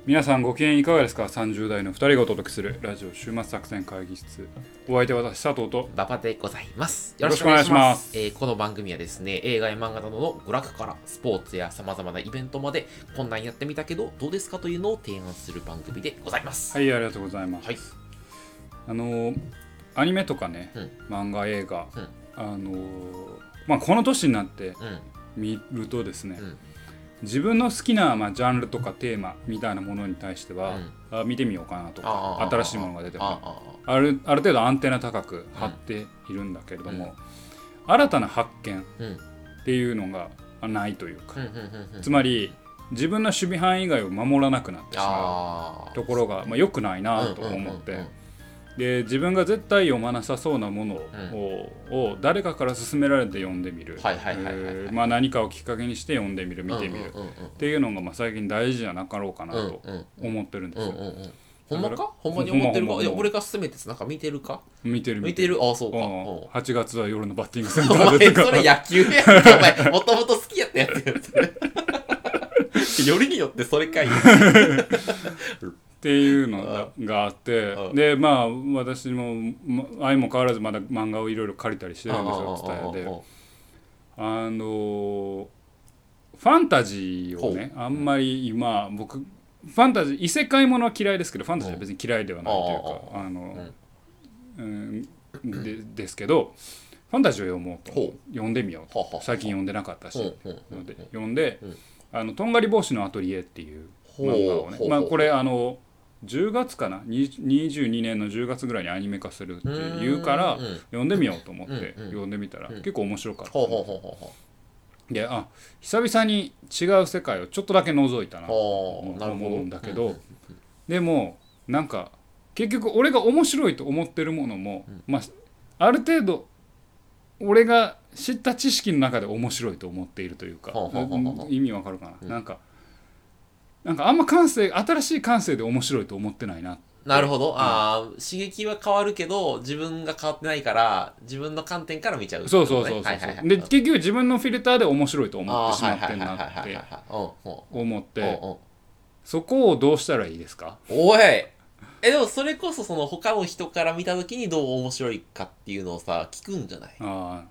皆さんご機嫌いかがですか。30代の2人がお届けするラジオ週末作戦会議室。お相手は私佐藤と馬場でございます。 よろしくお願いします。 この番組はですね、映画や漫画などの娯楽からスポーツや様々なイベントまでこんなんやってみたけどどうですかというのを提案する番組でございます。 はい、ありがとうございます。 はい、 アニメとかね、漫画映画、この年になって見るとですね、自分の好きな、ジャンルとかテーマみたいなものに対しては、見てみようかなとか、新しいものが出てもある程度アンテナ高く張っているんだけれども、新たな発見っていうのがないというか、つまり自分の守備範囲以外を守らなくなってしまうところが良くないなと思って、で自分が絶対読まなさそうなものを誰かから勧められて読んでみる、何かをきっかけにして読んでみる、見てみるっていうのが最近大事じゃなかろうかなと思ってるんですよ。 ほんまか？ほんまに思ってるか？いや、俺が勧めてなんか見てるか？見てる。あ、そうか。 8月は夜のバッティングセンターですから。 それ野球やんか。お前もともと好きやったやつよりによってそれかいっていうのがあって、で私も相も変わらずまだ漫画をいろいろ借りたりしてるんですよ、TSUTAYAで。ファンタジーをね、あんまり今僕ファンタジー異世界ものは嫌いですけど、ファンタジーは別に嫌いではないというかですけど、ファンタジーを読もうと読んでみようと、最近読んでなかったしので読んで、とんがり帽子のアトリエっていう漫画をね、これ10月かな、22年の10月ぐらいにアニメ化するっていうから読んでみようと思って読んでみたら結構面白かったんですよ。で、久々に違う世界をちょっとだけ覗いたなと思うんだけど、でもなんか結局俺が面白いと思ってるものも、ある程度俺が知った知識の中で面白いと思っているというか、意味わかるかな、なんかあんま新しい感性で面白いと思ってないな。 なるほど。刺激は変わるけど自分が変わってないから自分の観点から見ちゃう、ね。 そう。で結局自分のフィルターで面白いと思ってしまってんなって思って、そこをどうしたらいいですか？ おい。でもそれこそその他の人から見た時にどう面白いかっていうのをさ聞くんじゃない？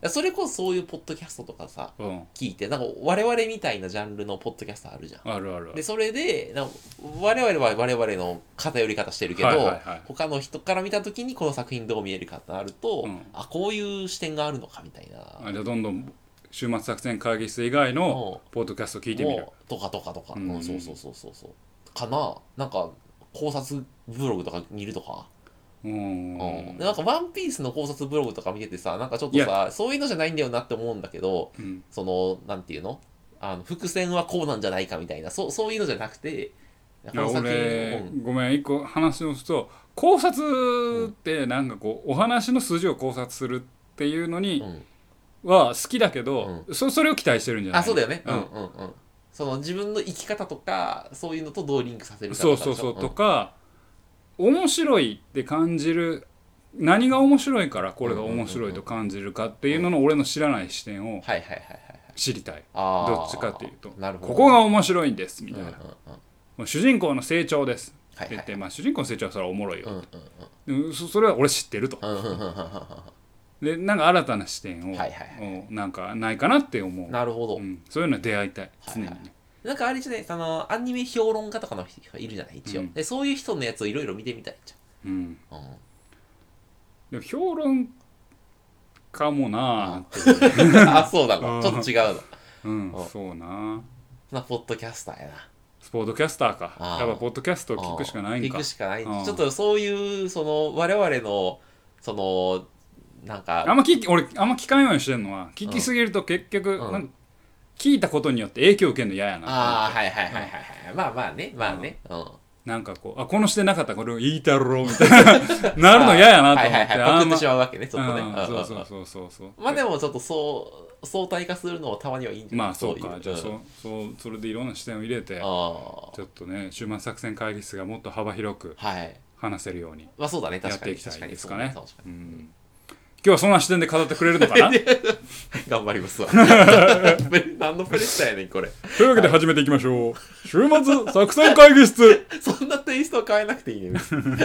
それこそそういうポッドキャストとかさ、聞いてなんか我々みたいなジャンルのポッドキャストあるじゃん。 ある。 でそれでなんか我々は我々の偏り方してるけど、他の人から見た時にこの作品どう見えるかってなると、こういう視点があるのかみたいな。 じゃあどんどん週末作戦会議室以外のポッドキャスト聞いてみるとか、そうかな。なんか考察ブログとか見るとか、なんかワンピースの考察ブログとか見ててさ、なんかちょっとさそういうのじゃないんだよなって思うんだけど、そのなんていうの、伏線はこうなんじゃないかみたいな、そういうのじゃなくて、 俺ごめん一個話をすると、考察ってなんかこうお話の筋を考察するっていうのには好きだけど、それを期待してるんじゃない？ そうだよね。その自分の生き方とかそういうのとどうリンクさせるかとか、 とか面白いって感じる、何が面白いからこれが面白いと感じるかっていうのの俺の知らない視点を知りたい。どっちかっていうと、ここが面白いんですみたいな、主人公の成長ですって言って、主人公の成長はそれはおもろいよ、それは俺知ってると。でなんか新たな視点をなんかないかなって思う。 なるほど、 そういうの出会いたい、常にね。 なんかあれじゃない、そのアニメ評論家とかの人がいるじゃない一応、でそういう人のやつをいろいろ見てみたいじゃん。 でも評論家もなってそうだな、ちょっと違うな。そうな。 ポッドキャスターやな。 ポッドキャスターか。やっぱポッドキャストを聞くしかないんか。 聞くしかない。ちょっとそういうその我々のそのなんか俺あんま聞かんようにしてるのは、聞きすぎると結局、なんか聞いたことによって影響を受けるの嫌やな。 まあね。 なんかこうこの視点なかったらこれを言いたろみたいななるの嫌やなと思って、 パクってしまうわけね、ちょっとね。 そうでもちょっと相対化するのもたまにはいいんじゃない？ そうか。じゃあそれでいろんな視点を入れて、ちょっとね週末作戦会議室がもっと幅広く話せるようにそうだね、 やっていきたいですかね。 日はそんな視点で語ってくれるのかな頑張りますわ何のプレッシャーやねんこれ。 というわけで始めていきましょう、週末作戦会議室そんなテイスト変えなくていいね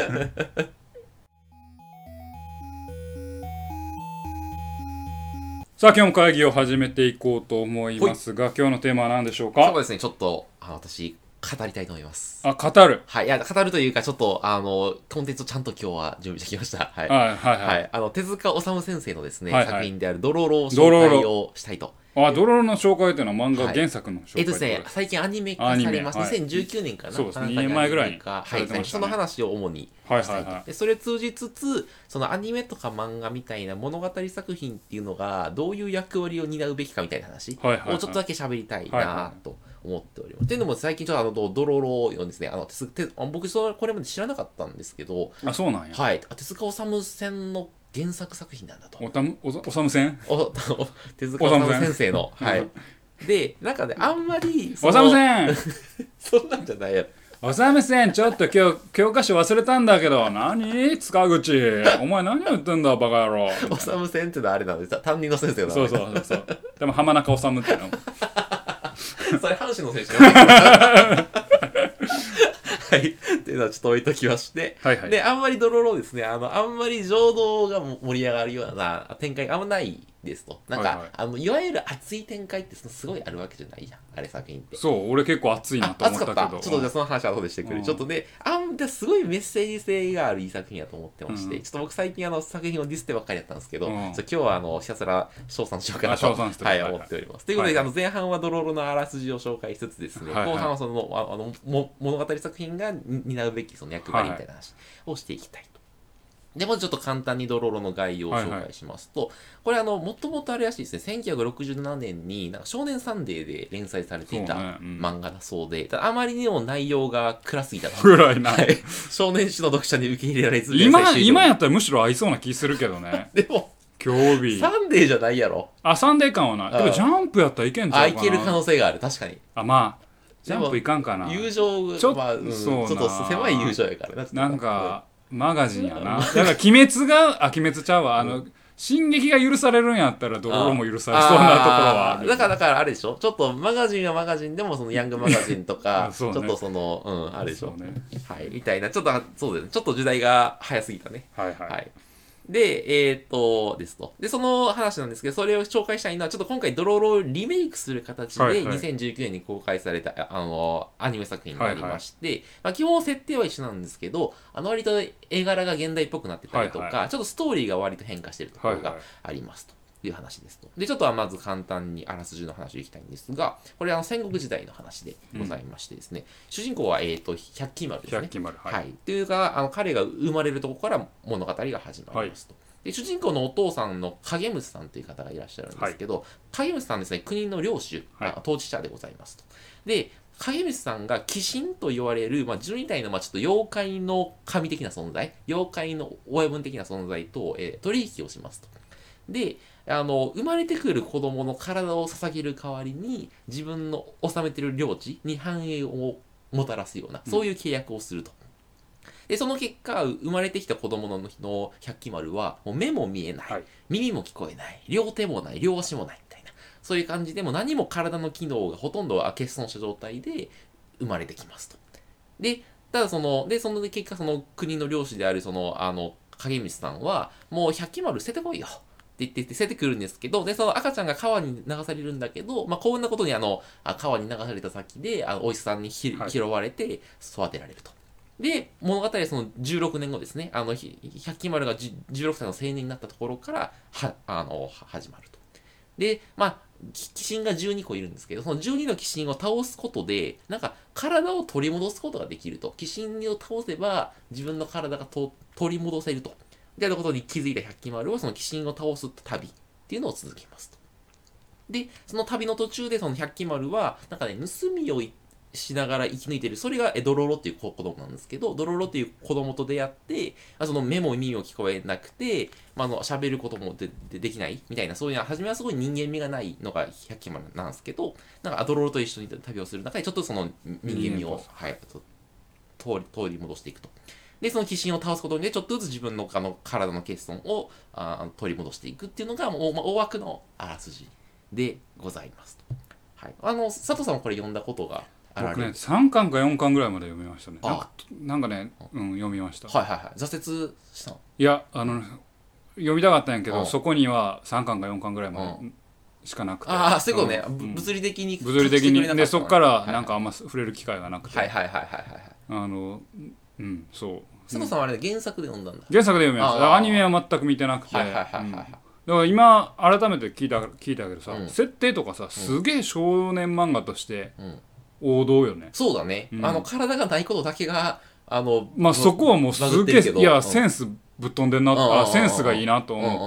さあ今日も会議を始めていこうと思いますが、今日のテーマは何でしょうか。 そうですね、ちょっと私語りたいと思います。 あ、語る。 はい、いや語るというかちょっとコンテンツをちゃんと今日は準備してきました。はいはいはいはい。 手塚治虫先生のですね、 はいはい作品であるドロロを紹介をしたいと。 あ、ドロロの紹介というのは漫画原作の紹介ですね、最近アニメ化されます。2019年かな。 そうですね、2年前ぐらいにはい、その話を主にしたいと。でそれを通じつつ、そのアニメとか漫画みたいな物語作品っていうのがどういう役割を担うべきかみたいな話をちょっとだけ喋りたいなと思っております。っていうのも最近ちょっとドロロをですね、僕これまで知らなかったんですけど、 あ、そうなんや。 はい、手塚治虫戦の原作作品なんだと。 おさむせん手塚治虫先生の。はい。で、なんかね、あんまり。 おさむせんそんなんじゃないやろ。 おさむせん、ちょっと今日教科書忘れたんだけど、何塚口。お前何言ってんだ、バカ野郎。 おさむせんってのはあれなんです。担任の先生だ。 そう。でも浜中治っての。 それ阪神の選手はい。っていうのはちょっと置いときまして。 はいはい。 で、あんまりドロロですね、あんまり情動が盛り上がるような展開があんまないですと。なんか、いわゆる熱い展開ってすごいあるわけじゃないじゃん。あれ作品って。 そう、俺結構熱いなと思ったけど。 熱かった。ちょっとじゃあその話は後でしてくる。ちょっとね、すごいメッセージ性があるいい作品やと思ってまして、ちょっと僕最近作品をディスってばっかりやったんですけど、今日はひたすら称賛しようかなと、はい、思っております。ということで、前半はドロロのあらすじを紹介しつつですね、後半はその物語作品が担うべきその役割みたいな話をしていきたいと。でもちょっと簡単にドロロの概要を紹介しますと、これもともとあれらしいですね、1967年になんか少年サンデーで連載されていた漫画だそうで、ただあまりにも内容が暗すぎたと。 暗いな。 少年誌の読者に受け入れられず、 今やったらむしろ合いそうな気するけどね。 でも、 興味。 サンデーじゃないやろ。 あ、サンデー感はない。でもジャンプやったらいけんちゃうかな。 いける可能性がある、確かに。 あ、まあ、ジャンプいかんかな。 友情が、ちょっと狭い友情やからな。 なんか、マガジンやな。だから鬼滅ちゃうわ。進撃が許されるんやったらドロロも許されそうなところはある。 だからあれでしょ、ちょっとマガジンはマガジンでもそのヤングマガジンとか、ちょっとあれでしょ、はい、みたいな、ちょっとそうですね、ちょっと時代が早すぎたね。はい。で、ですと。で、その話なんですけど、それを紹介したいのは、ちょっと今回ドロロをリメイクする形で、2019年に公開された、アニメ作品になりまして、基本設定は一緒なんですけど、割と絵柄が現代っぽくなってたりとか、ちょっとストーリーが割と変化しているところがありますと。いう話ですと。で、ちょっとまず簡単にあらすじの話をいきたいんですが、これ戦国時代の話でございましてですね、主人公は百鬼丸ですね。 百鬼丸、 はい。っていうか、彼が生まれるところから物語が始まりますと。で、主人公のお父さんの影武さんという方がいらっしゃるんですけど、影武さんですね、国の領主、統治者でございますと。で、影武さんが鬼神と言われる、12体のちょっと妖怪の神的な存在、妖怪の親分的な存在と、取引をしますと。で、生まれてくる子供の体を捧げる代わりに自分の治めている領地に繁栄をもたらすような、そういう契約をすると。で、その結果、生まれてきた子供の百鬼丸はもう目も見えない、耳も聞こえない、両手もない、両足もないみたいな、そういう感じでも何も体の機能がほとんど欠損した状態で生まれてきますと。で、ただその結果、その国の領主である影光さんはもう百鬼丸捨ててこいよって言って捨ててくるんですけど、で、その赤ちゃんが川に流されるんだけど、幸運なことに川に流された先で、お医者さんに拾われて育てられると。で、物語はその16年後ですね、百鬼丸が16歳の青年になったところから始まると。で、鬼神が12個いるんですけど、その12の鬼神を倒すことで、なんか体を取り戻すことができると。鬼神を倒せば自分の体が取り戻せると。みたいなことに気づいた百鬼丸はその鬼神を倒す旅っていうのを続けますと。で、その旅の途中でその百鬼丸は、なんかね、盗みをしながら生き抜いてる、それがドロロっていう子供なんですけど、ドロロっていう子供と出会って、その目も耳も聞こえなくて、喋ることもできないみたいな、そういう初めはすごい人間味がないのが百鬼丸なんですけど、なんかドロロと一緒に旅をする中で、ちょっとその人間味を、通り戻していくと。 でその鬼神を倒すことでちょっとずつ自分の体の欠損を取り戻していくっていうのがもう、大枠のあらすじでございますと。はい、佐藤さんもこれ読んだことがあられる？ 僕ね3巻か4巻ぐらいまで読みましたね。なんかね、読みました。 はいはいはい。挫折したの？ いや読みたかったんやけど、そこには3巻か4巻ぐらいまでしかなくて、 ああそういうことね、物理的にでそこからなんかあんま触れる機会がなくて、 はいはいはいはいはい、 そう佐藤さんはあれ原作で読んだんだ？ 原作で読みました。アニメは全く見てなくて、だから今改めて聞いたけどさ、設定とかさすげえ少年漫画として王道よね。 そうだね、体がないことだけがまあそこはもうすげえ、いやセンスぶっ飛んでんな、センスがいいなと思って、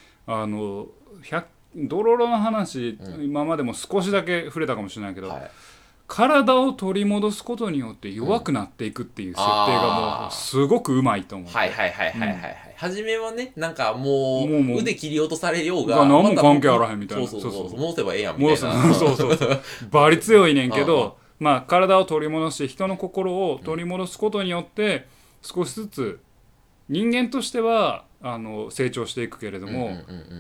ドロロの話、今までも少しだけ触れたかもしれないけど、体を取り戻すことによって弱くなっていくっていう設定がもうすごくうまいと思って、 はいはいはいはいはい、初めはねなんかもう腕切り落とされようが何も関係あらへんみたいな、 そう戻せばええやんみたいな、 そうバリ強いねんけど、まあ体を取り戻して人の心を取り戻すことによって少しずつ人間としては成長していくけれども、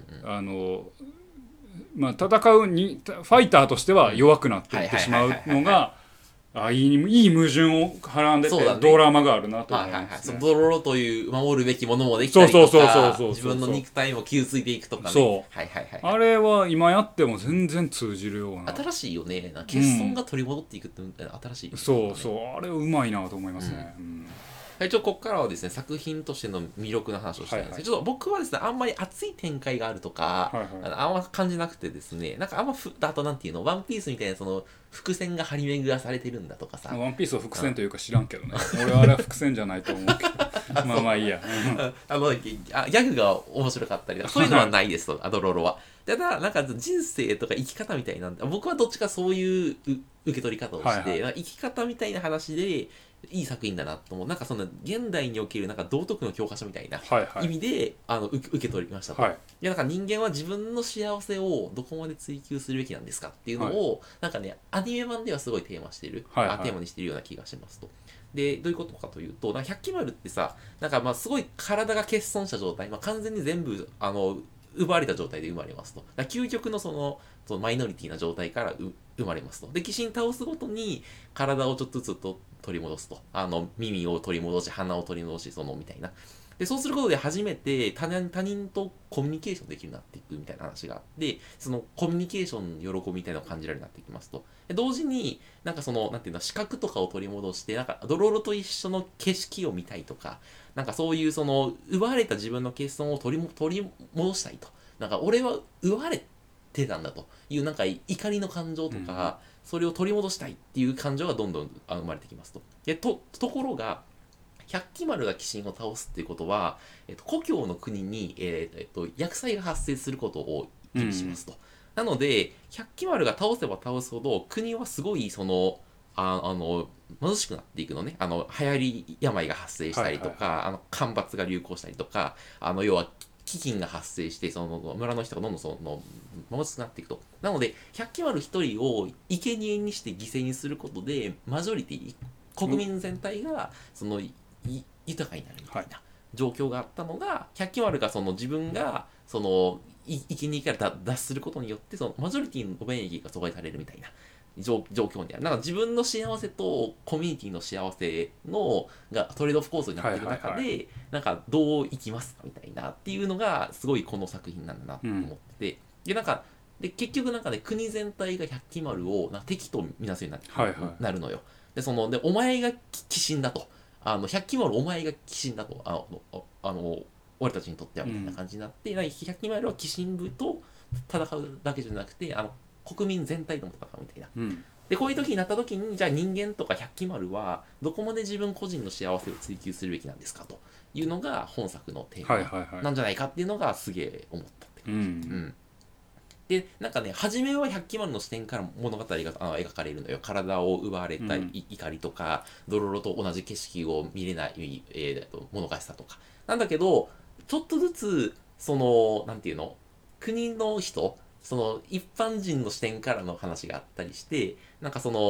まあ、戦うにファイターとしては弱くなっていってしまうのがいい矛盾をはらんでて、ドラマがあるなと思いますね。 ドロロという守るべきものもできたりとか、自分の肉体も傷ついていくとかね。 あれは今やっても全然通じるような。 新しいよね。欠損が取り戻っていくって新しい、ね。 そうあれはうまいなと思いますね。 一応ここからはですね作品としての魅力の話をしたいんですけど、ちょっと僕はですねあんまり熱い展開があるとか、あんま感じなくてですね、なんかあんまあとなんていうのワンピースみたいなその伏線が張り巡らされてるんだとかさ、 ワンピースを伏線というか知らんけどね、俺はあれは伏線じゃないと思うけどまあいいやギャグが面白かったりそういうのはないですと、アドロロは。ただなんか人生とか生き方みたいなんで、僕はどっちかそういう受け取り方をして、生き方みたいな話でいい作品だなと思う。なんかその現代におけるなんか道徳の教科書みたいな意味で、受け取りましたと。いやなんか人間は自分の幸せをどこまで追求するべきなんですかっていうのを、なんかねアニメ版ではすごいテーマしている、テーマにしているような気がしますと。でどういうことかというと、なんか百鬼丸ってさ、なんかまあすごい体が欠損した状態、完全に全部奪われた状態で生まれますと。究極のそのマイノリティな状態から生まれますと。で鬼神倒すごとに体をちょっとずつ取り戻すと。耳を取り戻し、鼻を取り戻し、みたいな。でそうすることで初めて他人とコミュニケーションできるようになっていくみたいな話があって、そのコミュニケーションの喜びみたいなのを感じられるようになってきますと。で同時になんかなんていうの、視覚とかを取り戻して、なんかドロロと一緒の景色を見たいとか、なんかそういう奪われた自分の欠損を取り戻したいと。なんか俺は奪われてたんだというなんか怒りの感情とか、それを取り戻したいっていう感情がどんどん生まれてきますと。ところが百鬼丸が鬼神を倒すっていうことは、故郷の国に、厄災が発生することを意味しますと。なので百鬼丸が倒せば倒すほど国はすごい貧しくなっていくのね。流行り病が発生したりとか、干ばつが流行したりとか、要は飢饉が発生して、村の人がどんどん貧しくなっていくと。なので百鬼丸一人を生贄にして犠牲にすることでマジョリティ国民全体が豊かになるみたいな状況があったのが、百鬼丸が自分が生贄から脱することによってマジョリティの便益が阻害されるみたいな状況にある。なんか自分の幸せとコミュニティの幸せがトレードオフ構造になっている中で、なんかどう生きますかみたいなっていうのがすごいこの作品なんだなと思ってて、で結局なんかね国全体が百鬼丸を敵と見なすようになるのよ。でお前が鬼神だと、百鬼丸お前が鬼神だと、俺たちにとってはみたいな感じになって、百鬼丸は鬼神部と戦うだけじゃなくて国民全体とも戦うみたいな。でこういう時になった時に、じゃあ人間とか百鬼丸はどこまで自分個人の幸せを追求するべきなんですかというのが本作のテーマなんじゃないかっていうのがすげえ思ったって感じ。でなんかね初めは百鬼丸の視点から物語が描かれるのよ。体を奪われた怒りとか、ドロロと同じ景色を見れない、もどかしさとかなんだけど、ちょっとずつなんていうの、国の人一般人の視点からの話があったりして、なんか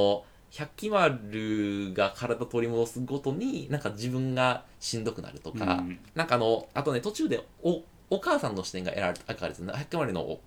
百鬼丸が体取り戻すごとになんか自分がしんどくなるとか、なんかあとね途中でお母さんの視点が描かれてる百鬼丸の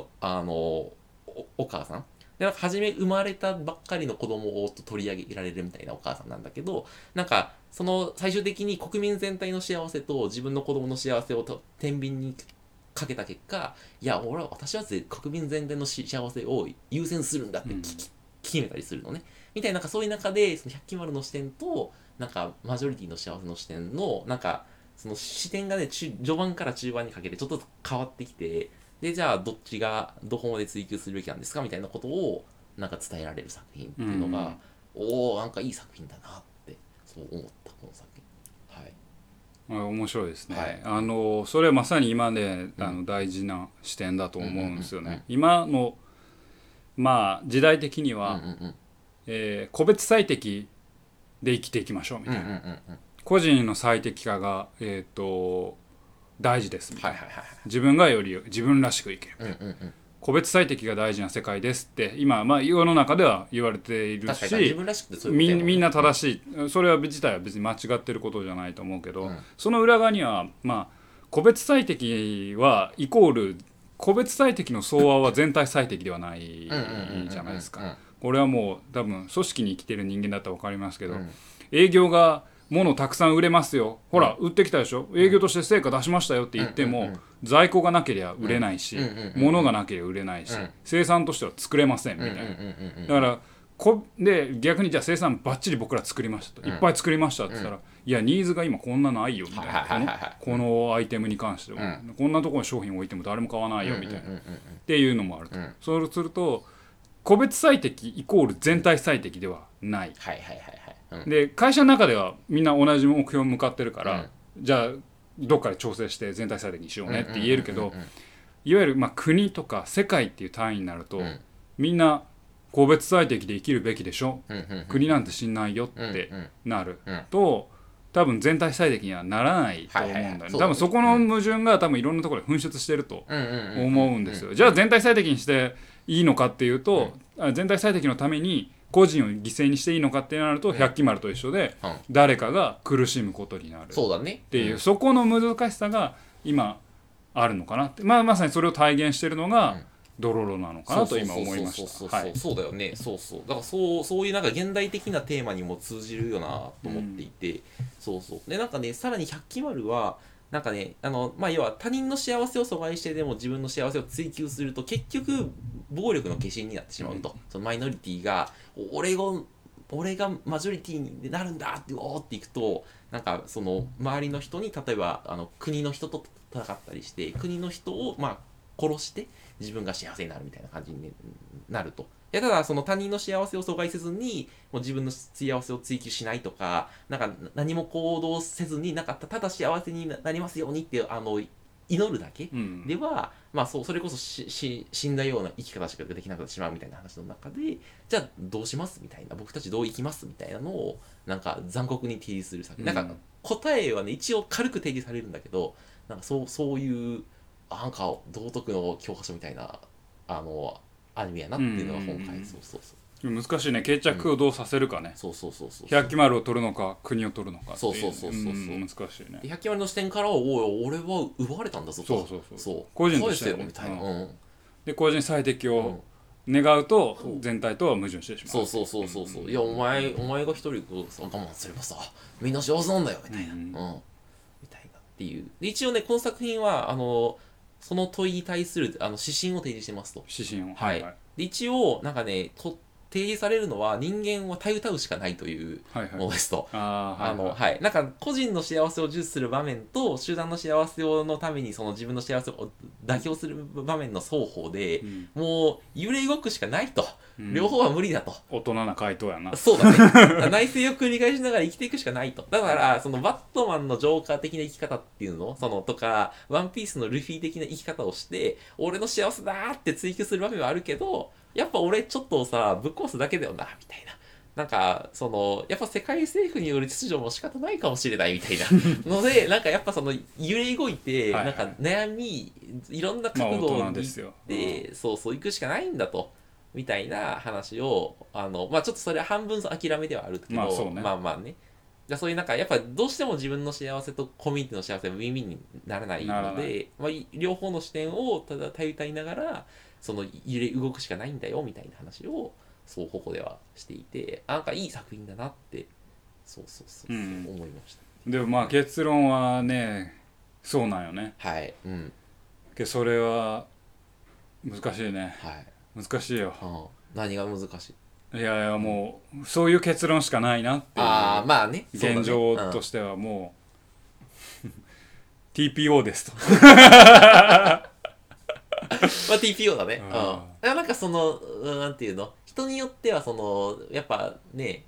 お母さんで、なんか初め生まれたばっかりの子供を取り上げられるみたいなお母さんなんだけど、なんかその最終的に国民全体の幸せと自分の子供の幸せを天秤にかけた結果、いや私は国民全体の幸せを優先するんだって決めたりするのね、みたいな、なんかそういう中でその百鬼丸の視点となんかマジョリティの幸せの視点のなんかその視点がね序盤から中盤にかけてちょっと変わってきて、でじゃあどっちがどこまで追求するべきなんですかみたいなことをなんか伝えられる作品っていうのが、おおなんかいい作品だなってそう思ったこの作品。はい、 面白いですね、 はい、 それはまさに今ね大事な視点だと思うんですよね。今のまあ時代的には、個別最適で生きていきましょうみたいな、個人の最適化が大事ですみたいな、自分がより自分らしく生きるみたいな、個別最適が大事な世界ですって今、まあ、世の中では言われているし、みんな正しい、それは自体は別に間違ってることじゃないと思うけど、その裏側には、まあ、個別最適はイコール個別最適の総和は全体最適ではないじゃないですか。これはもう多分組織に生きてる人間だったら分かりますけど、営業が物たくさん売れますよ、ほら売ってきたでしょ、営業として成果出しましたよって言っても、在庫がなければ売れないし、物がなければ売れないし、生産としては作れませんみたいな。だからで逆にじゃあ生産バッチリ僕ら作りましたと、いっぱい作りましたって言ったら、いやニーズが今こんなないよみたいな、このアイテムに関しては、こんなところに商品置いても誰も買わないよみたいな、っていうのもあると。そうすると個別最適イコール全体最適ではない。で会社の中ではみんな同じ目標に向かってるから、じゃあどっかで調整して全体最適にしようねって言えるけど、いわゆるまあ国とか世界っていう単位になると、みんな個別最適で生きるべきでしょ、国なんてしんないよってなると、多分全体最適にはならないと思うんだよね。多分そこの矛盾が多分いろんなところで噴出してると思うんですよ。じゃあ全体最適にしていいのかっていうと、全体最適のために個人を犠牲にしていいのかってなると、百鬼丸と一緒で誰かが苦しむことになるっていう、そこの難しさが今あるのかなって、まさにそれを体現しているのがドロロなのかなと今思いました。 そうだよね。そうだからそういうなんか現代的なテーマにも通じるよなと思っていて、でなんかね、さらに百鬼丸はなんかね、まあ要は他人の幸せを阻害してでも自分の幸せを追求すると結局暴力の化身になってしまうと、そのマイノリティが俺がマジョリティになるんだっておーっていくと、なんかその周りの人に例えば国の人と戦ったりして国の人をまあ殺して自分が幸せになるみたいな感じになると。いやただその他人の幸せを阻害せずにもう自分の幸せを追求しないとか、なんか何も行動せずになんかただ幸せになりますようにって祈るだけでは、まあそれこそ死んだような生き方しかできなくなってしまうみたいな話の中で、じゃあどうしますみたいな、僕たちどう生きますみたいなのをなんか残酷に提示する作品、なんか答えはね一応軽く提示されるんだけど、なんかそういうなんか道徳の教科書みたいなアニメやなっていうのが今回、 難しいね、決着をどうさせるかね。百鬼丸を取るのか国を取るのかっていう、難しいね。 百鬼丸の視点から俺は奪われたんだぞと、 個人としてみたいな、 で個人最適を願うと全体とは矛盾してしまう。いやお前が一人我慢すればさみんな幸せなんだよみたいな、みたいなっていう。で一応ねこの作品はその問いに対する指針を提示してますと。 指針を、 で一応なんかね提示されるのは人間はたゆたうしかないというものですと。なんか個人の幸せを重視する場面と集団の幸せのためにその自分の幸せを妥協する場面の双方で、もう揺れ動くしかないと、両方は無理だと。 大人な回答やな。 そうだね内省を繰り返しながら生きていくしかないと。だからそのバットマンのジョーカー的な生き方っていうのとかワンピースのルフィ的な生き方をして俺の幸せだーって追求する場面はあるけど、やっぱ俺ちょっとさぶっ壊すだけだよなみたいな、なんかやっぱ世界政府による秩序も仕方ないかもしれないみたいなのでなんかやっぱ揺れ動いてなんか悩みいろんな角度に行って、そう行くしかないんだと。 みたいな話をまあちょっとそれは半分諦めではあるけど、 まあそうね、 まあまあね、じゃあそういうなんかやっぱどうしても自分の幸せとコミュニティの幸せはウィンウィンにならないので、まあ、両方の視点をただ頼りながらその動くしかないんだよみたいな話をそうここではしていて、なんかいい作品だなってそう思いました。 でもまあ結論はねそうなんよね。 はい、うん。 それは難しいね。 はい。 難しいよ。 何が難しい？ いやいやもうそういう結論しかないなっていう。 まあね。 現状としてはもう、TPO ですと。 まあ TPO だね。なんかそのなんていうの、人によってはそのやっぱね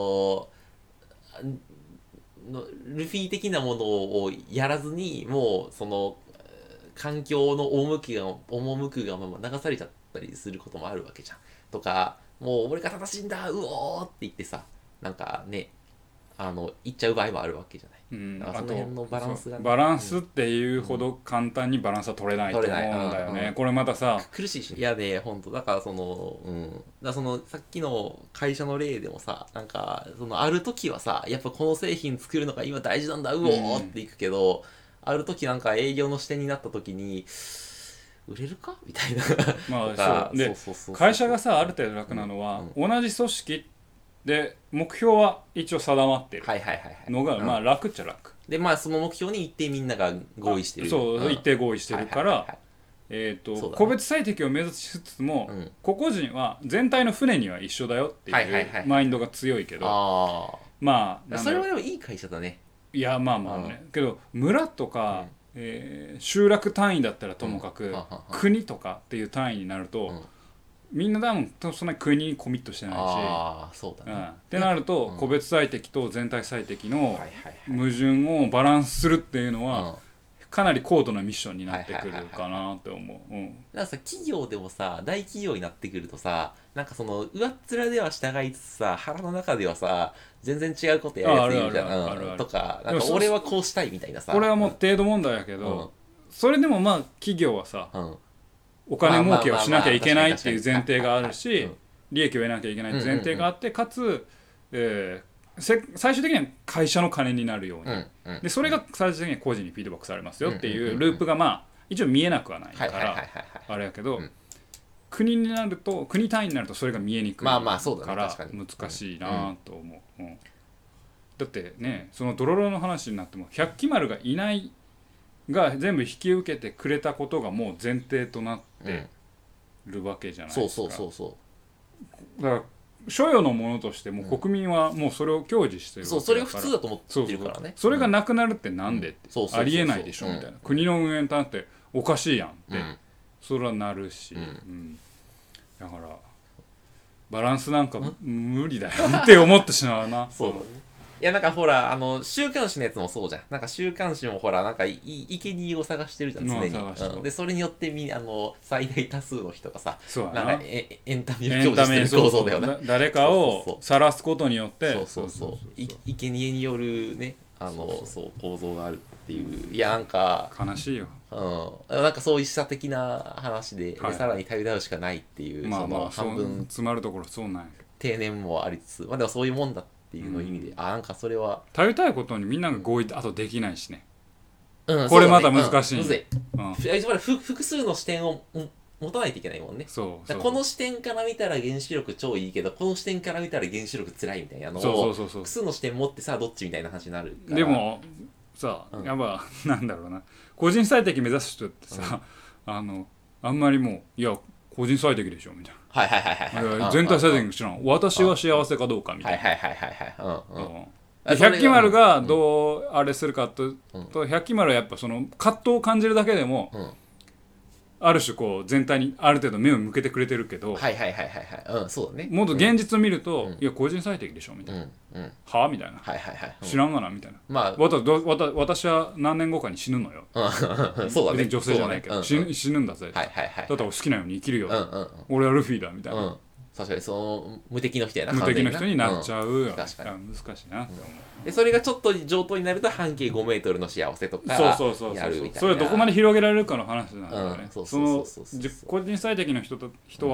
ルフィ的なものをやらずにもうその環境の赴くがまま流されちゃったりすることもあるわけじゃん。とかもう俺が正しいんだうおーって言ってさ、なんかね言っちゃう場合もあるわけじゃない。だからその辺のバランスが、ね、 バランスっていうほど簡単にバランスは取れないと思うんだよね。これまたさ苦しいし、いやね本当だからそのだからそのさっきの会社の例でもさ、なんかそのある時はさやっぱこの製品作るのが今大事なんだうおーっていくけど、ある時なんか営業の視点になった時に売れるかみたいなまあそうで会社がさある程度楽なのは、同じ組織で目標は一応定まってるのがまあ楽っちゃ楽で、まあその目標に一定みんなが合意してる。 そう一定合意してるから個別最適を目指しつつも、個々人は全体の船には一緒だよっていうマインドが強いけど、まあそれはでもいい会社だね。 いやまあまあね、けど村とか集落単位だったらともかく国とかっていう単位になるとみんな多分そんなに国にコミットしてないし、 そうだね、 ってなると個別最適と全体最適の矛盾をバランスするっていうのはかなり高度なミッションになってくるかなって思う。 だからさ企業でもさ大企業になってくるとさ、なんかその上っ面では従いつつさ腹の中ではさ全然違うことやるやついるじゃんとか、なんか俺はこうしたいみたいなさ、 これはもう程度問題やけど、それでもまあ企業はさ、お金儲けをしなきゃいけないっていう前提があるし、利益を得なきゃいけないって前提があって、かつ、最終的には会社の金になるように、でそれが最終的には個人にフィードバックされますよっていうループがまあ一応見えなくはないからあれやけど、国になると国単位になるとそれが見えにくいから難しいなと思う。だってねそのドロロの話になっても百鬼丸がいないが全部引き受けてくれたことがもう前提となってるわけじゃないですか。だから所与のものとしても国民はもうそれを享受してるわけだから、 それが普通だと思ってるからね。 それがなくなるってなんでってありえないでしょみたいな、国の運営になっておかしいやんってそれはなるし、だからバランスなんか無理だよって思ってしまうな。 そうだね。いやなんかほら週刊誌のやつもそうじゃん。なんか週刊誌もほらなんか生贄を探してるじゃん常に、でそれによって最大多数の人がさなんかエンタメを享受してる構造だよね。 誰かを晒すことによって生贄によるねそう構造があるっていう。いやなんか悲しいよ。 なんかそういう示唆的な話で、さらに頼り合うしかないっていう、 まあまあ半分詰まるところそうなんやけど定年もありつつ、まあでもそういうもんだっていうの意味で、なんかそれは頼りたいことにみんなが合意あとできないしね、これまた難しい、 複数の視点を持たないといけないもんね。この視点から見たら原子力超いいけどこの視点から見たら原子力つらいみたいなのを複数の視点持ってさどっちみたいな話になるから。 でもさやっぱなんだろうな、個人最適目指す人ってさ、あんまりもういや個人最適でしょみたいな、全体最適知らん、私は幸せかどうかみたいな。百鬼丸がどうあれするかと百鬼丸はやっぱその葛藤を感じるだけでもある種こう全体にある程度目を向けてくれてるけど、 そうだね。 もっと現実を見ると、いや個人最適でしょみたいな、はあみたいな、知らんがなみたいな、私は何年後かに死ぬのよ、 そうだね、 女性じゃないけど死ぬんだぜ、だったら好きなように生きるよ、俺はルフィだみたいな、 確かにその無敵の人やな、 無敵の人になっちゃうよ、難しいなって思う。でそれがちょっと上等になると半径5メートルの幸せとかやるみたいな、 それどこまで広げられるかの話なんだよね。その個人最適の人は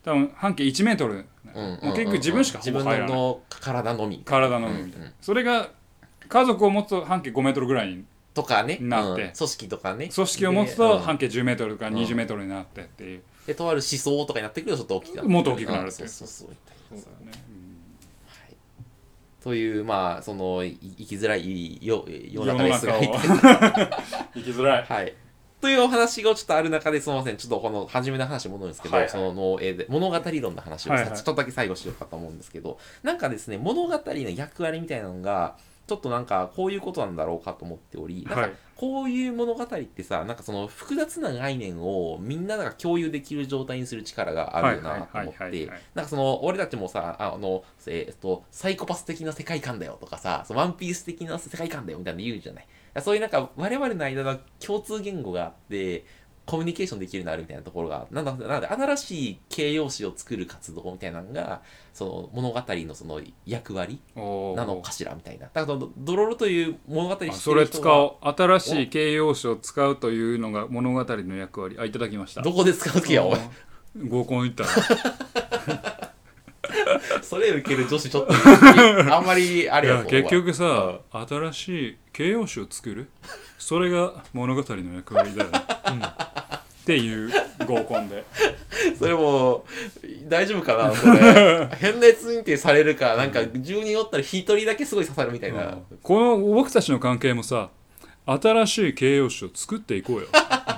多分半径1メートル、もう結局自分しかほぼ入らない。 自分の体のみみたいな、それが家族を持つと半径5メートルぐらいにとかね、 なって、 組織とかね、 組織を持つと半径10メートルから20メートルになってっていう、 でとある思想とかになってくるとちょっと大きくなる、 もっと大きくなるっていう、 そうだね、はい、というまあその生きづらい世の中ですが生きづらい、 はい、というお話がちょっとある中ですみません、ちょっとこの初めの話戻るんですけど、その物語論の話をちょっとだけ最後しようかと思うんですけど、なんかですね、物語の役割みたいなのがちょっとなんかこういうことなんだろうかと思っており、なんかこういう物語ってさ、なんかその複雑な概念をみんなが共有できる状態にする力があるよなと思って、なんかその俺たちもさ、サイコパス的な世界観だよとかさ、ワンピース的な世界観だよみたいなの言うじゃない。そういうなんか我々の間の共通言語があってコミュニケーションできるようになるみたいなところがなので新しい形容詞を作る活動みたいなのがその物語のその役割なのかしらみたいな。だからドロロという物語知ってる人はそれ使おう、新しい形容詞を使うというのが物語の役割。いただきました。 どこで使う気やおい。 合コン行ったらそれ受ける女子ちょっとあんまりあれやと。結局さ、新しい形容詞を作る、それが物語の役割だよ、っていう合コンでそれも大丈夫かな、それ変熱認定されるか、なんか10人おったら1人だけすごい刺さるみたいな、 この僕たちの関係もさ、新しい形容詞を作っていこうよ、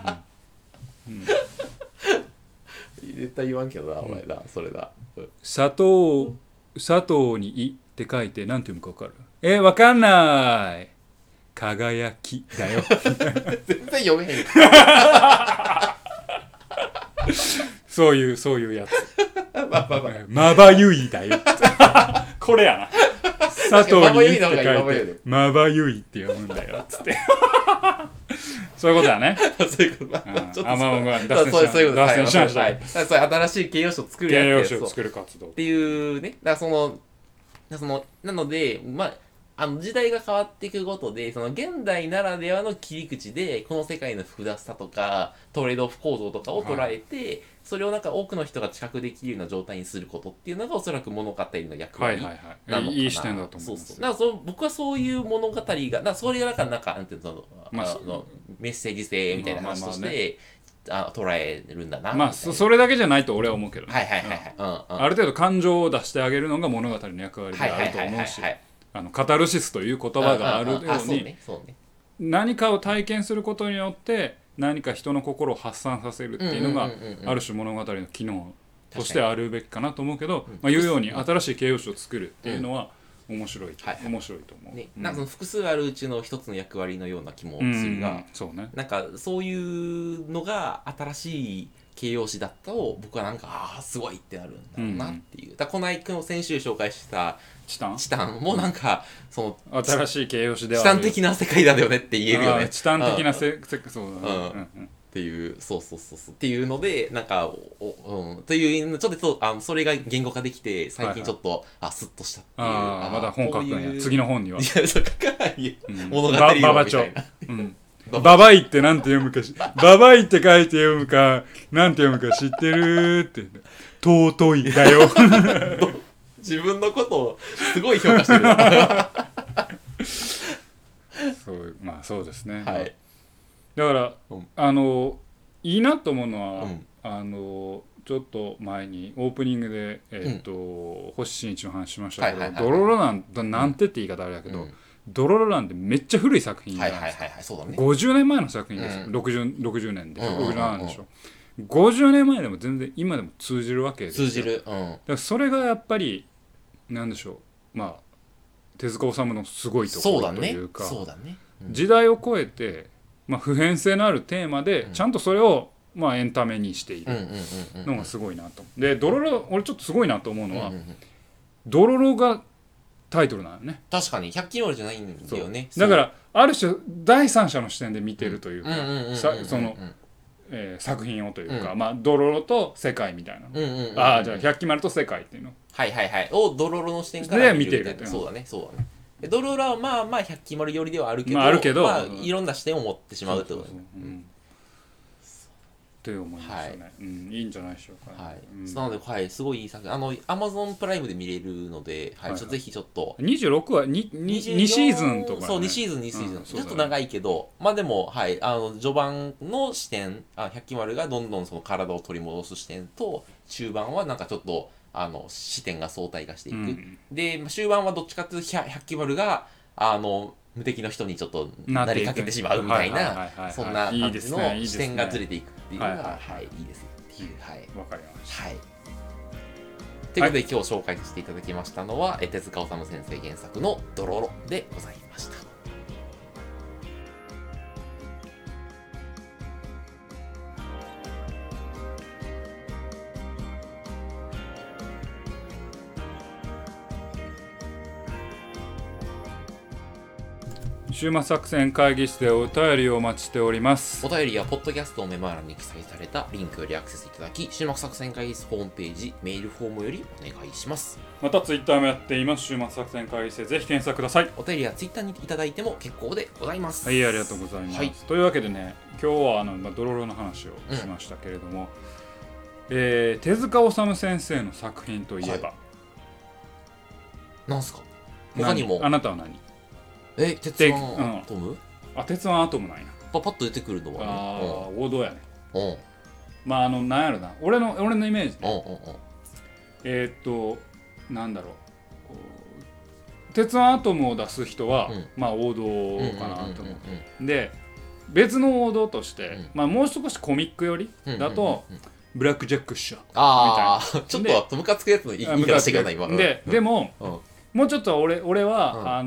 絶対言わんけどな、お前な、それだ。 砂糖にいって書いて何て読むか分かる？分かんない。輝きだよ。 全然読めへん。 そういうやつ。まばゆいだよ。これやな。砂糖にいって書いてまばゆいって読むんだよ。つって。そういうことだね。 そういうことだ。ちょっとそういうことだ。そういう新しい形容詞を作るやつ。 形容詞を作る活動。 っていうね。だからなので、時代が変わっていくごとで、その現代ならではの切り口で、この世界の複雑さとか、トレードオフ構造とかを捉えて、それをなんか多くの人が知覚できるような状態にすることっていうのがおそらく物語の役割なのかな。 いい視点だと思います。 だから僕はそういう物語が、それがなんていうの、メッセージ性みたいな話として、捉えるんだな。 それだけじゃないと俺は思うけどね。 ある程度感情を出してあげるのが物語の役割であると思うし、カタルシスという言葉があるように、何かを体験することによって何か人の心を発散させるっていうのがある種物語の機能としてあるべきかなと思うけど、言うように新しい形容詞を作るっていうのは面白いと思う。 なんかその複数あるうちの一つの役割のような気もするが、なんかそういうのが新しい形容詞だったを僕はなんかすごいってなるんだろうなっていう。だからこの先週紹介したチタンもなんかその新しい形容詞ではチタン的な世界だよねって言えるよね。 チタン的な世界、そうだね。っていうそうっていうのでなんかというちょっとそれが言語化できて最近ちょっとスッとしたっていう。 まだ本書くんや。次の本には。 いやそっか物語みたいな。 ババイってなんて読むかババイって書いて読むかなんて読むか知ってるって尊いだよ。 自分のことをすごい評価してる。 そうですね。 はい。 だからいいなと思うのは、ちょっと前にオープニングで星新一の話しましたけど、ドロロランなんてって言い方あれだけど、ドロロランってめっちゃ古い作品じゃないですか。50年前の作品ですよ。60年でしょ。67年でしょ。50年前でも全然今でも通じるわけですよ。 通じる。 だからそれがやっぱりなんでしょう、手塚治虫のすごいところというか、時代を超えて、普遍性のあるテーマでちゃんとそれをエンタメにしているのがすごいなと。でドロロ俺ちょっとすごいなと思うのは、ドロロがタイトルなのね。 確かに100キロじゃないんだよね。 だからある種第三者の視点で見てるというか、その作品をというか、ドロロと世界みたいな、じゃあ百鬼丸と世界っていうのをドロロの視点から見てるみたいな。そうだね。ドロロは百鬼丸寄りではあるけど、いろんな視点を持ってしまうってことね。 って思いましたね、いいんじゃないでしょうか、 はいなので、はい、すごいいい作品Amazon プライムで見れるので、はいぜひちょっと 26は 2シーズンとか、ね、 そう2シーズンちょっと長いけどまあでも、はい、序盤の視点百鬼丸がどんどんその体を取り戻す視点と中盤はなんかちょっと視点が相対化していく、で終盤はどっちかっていうと百鬼丸が無敵の人にちょっとなりかけてしまうみたいなそんな感じの視点がずれていくっていうのがはいいいですっていうはいわかりました。 はい。ということで、今日紹介していただきましたのは手塚治虫先生原作のドロロでございました。 週末作戦会議室でお便りをお待ちしております。 お便りはポッドキャストのメモ欄に記載されたリンクよりアクセスいただき、週末作戦会議室ホームページメールフォームよりお願いします。 またツイッターもやっています。週末作戦会議室でぜひ検索ください。 お便りはツイッターにいただいても結構でございます。 はい、ありがとうございます、はい、というわけでね、今日はドロロの話をしましたけれども、手塚治虫先生の作品といえば、はい、 なんすか？他にもあなたは何？ 鉄腕アトム？ 鉄腕アトムなんや。 パッと出てくるのはね、王道やね。まあなんやろな、俺のイメージね。なんだろう、鉄腕アトムを出す人は、まあ王道かなと思う。で、別の王道として、まあもう少しコミック寄りだと、ブラックジャックっしょみたいな。 ちょっとムカつくやつの言い方してください今。 でももうちょっと俺は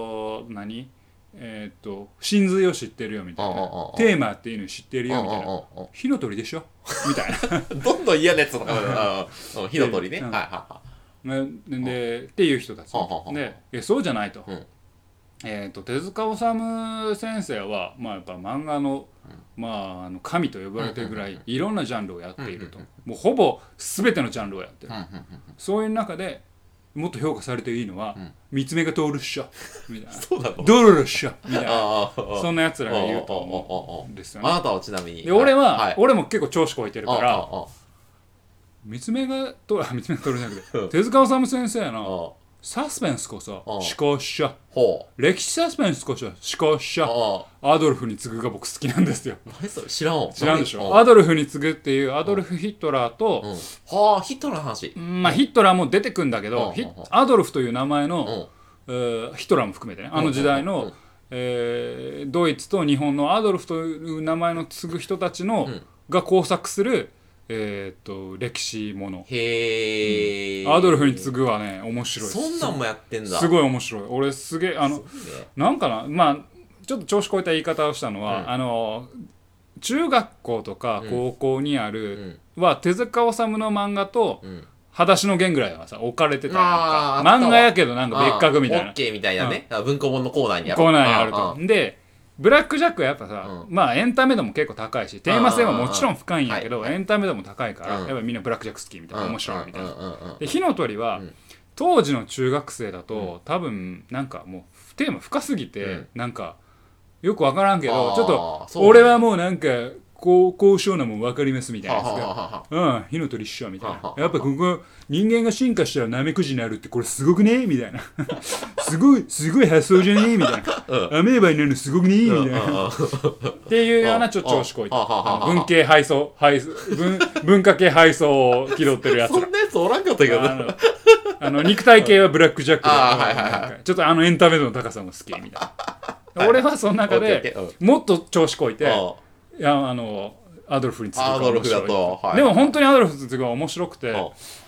真髄を知ってるよみたいな、テーマっていうのを知ってるよみたいな、火の鳥でしょみたいなどんどん嫌なやつの火の鳥ね、 でっていう人たちで、そうじゃないと、手塚治虫先生はまあやっぱ漫画の神と呼ばれてるぐらいいろんなジャンルをやっていると、もうほぼ全てのジャンルをやってる。そういう中でもっと評価されていいのは、三つ目が通るっしょみたいな、ドロロっしょみたいな、そんなやつらが言うと思うんですよね。 あなたはちなみにで俺も結構調子こいてるから三つ目が通るじゃなくて手塚治虫先生のサスペンスこそ思考者、歴史サスペンスこそ思考者、アドルフに次ぐが僕好きなんですよ。 何それ知らんでしょ。アドルフに次ぐっていうアドルフ・ヒトラーと、 ヒトラーの話、 まあヒトラーも出てくんだけど、アドルフという名前のヒトラーも含めてね、あの時代のドイツと日本のアドルフという名前の継ぐ人たちのが工作する歴史もの。アドルフに次ぐはね面白い。 そんなんもやってんだ。 すごい面白い。俺すげえなんかな、まあちょっと調子こいた言い方をしたのは、中学校とか高校にあるは手塚治虫の漫画と裸足の弦ぐらいはさ置かれてたやんか。漫画やけどなんか別格みたいな。 オッケーみたいなね。文庫本のコーナーにあると。でブラックジャックはやっぱさ、まあエンタメ度も結構高いし、テーマ性はもちろん深いんやけど、エンタメ度も高いから、やっぱみんなブラックジャック好きみたいな、面白いみたいな。で火の鳥は当時の中学生だと多分なんかもうテーマ深すぎて、なんかよく分からんけど、ちょっと俺はもうなんか高尚なもん分かりますみたいなやつが、火の鳥一緒みたいな、やっぱここ人間が進化したらナメクジになるってこれすごくねみたいなすごい発想じゃねみたいな、アメーバになるのすごくねみたいなっていうようなちょっと調子こいて文系配送文化系配送を気取ってるやつら。 そんなやつおらんかったけど肉体系はブラックジャックで、ちょっとエンタメ度の高さも好きみたいな。俺はその中でもっと調子こいて、いやアドルフについてが面白い。でも本当にアドルフについてが面白くて、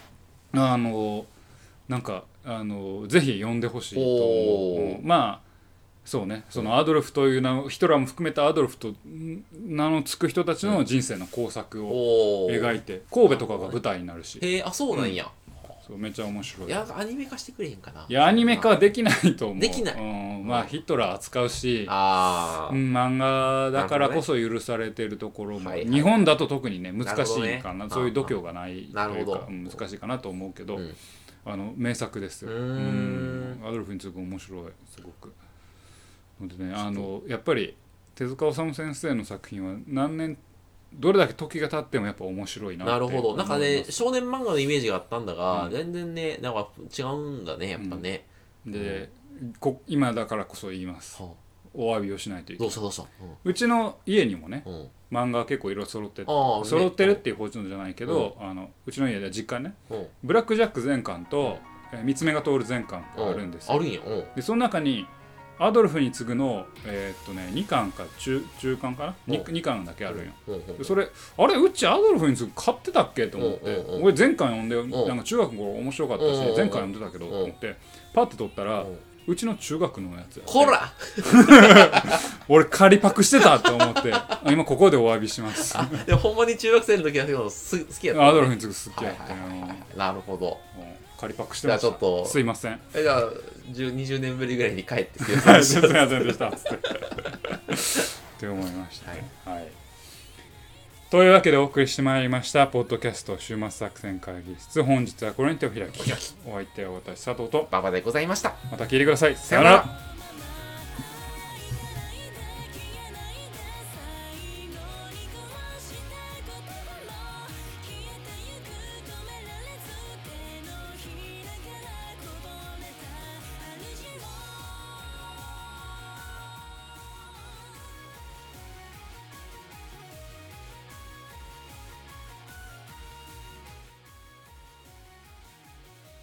なんかぜひ読んでほしいと思う。まあそうね、そのアドルフという名、ヒトラーも含めたアドルフと名の付く人たちの人生の工作を描いて、神戸とかが舞台になるし。 そうなんや。 めっちゃ面白い。 いやアニメ化してくれへんかな。 いやアニメ化はできないと思う。 できない。 まあヒトラー扱うし、漫画だからこそ許されているところも、日本だと特にね難しいかな、そういう度胸がないというか難しいかなと思うけど、名作ですよ。アドルフに次ぐ面白いすごく。のでね、やっぱり手塚治虫先生の作品は何年どれだけ時が経ってもやっぱ面白いなってなるほど。なんかね、 思少年漫画のイメージがあったんだが、 うん全然ね、なんか違うんだね、やっぱね。 で、今だからこそ言います。 はあお詫びをしないといけない。 どうした。 うちの家にもね、 うん。 漫画結構色揃ってて、 ああね揃ってるっていう方針じゃないけど、うちの家では実家ね、 うん。 ブラックジャック全巻と、三つ目が通る全巻があるんですよ。 あるんや。うん。 でその中にアドルフに次ぐの2巻か中巻かな、2巻だけあるんよ。でそれあれうちアドルフに次ぐ買ってたっけと思って、俺前巻読んで、なんか中学の頃面白かったし、前巻読んでたけどと思ってパッて取ったら、うちの中学のやつやこら俺仮パクしてたと思って今ここでお詫びしますでもほんまに中学生の時は好きやった、ね、 アドルフに次ぐ好きやってなるほど。 仮パクしてました。 じゃあちょっとすいません。 じゃあ20年ぶりぐらいに帰ってすいませんでしたって思いましたね、はいというわけでお送りしてまいりましたポッドキャスト週末作戦会議室、本日はこれにてお開き。お相手は私佐藤と馬場でございました。 また聞いてください。 さようなら。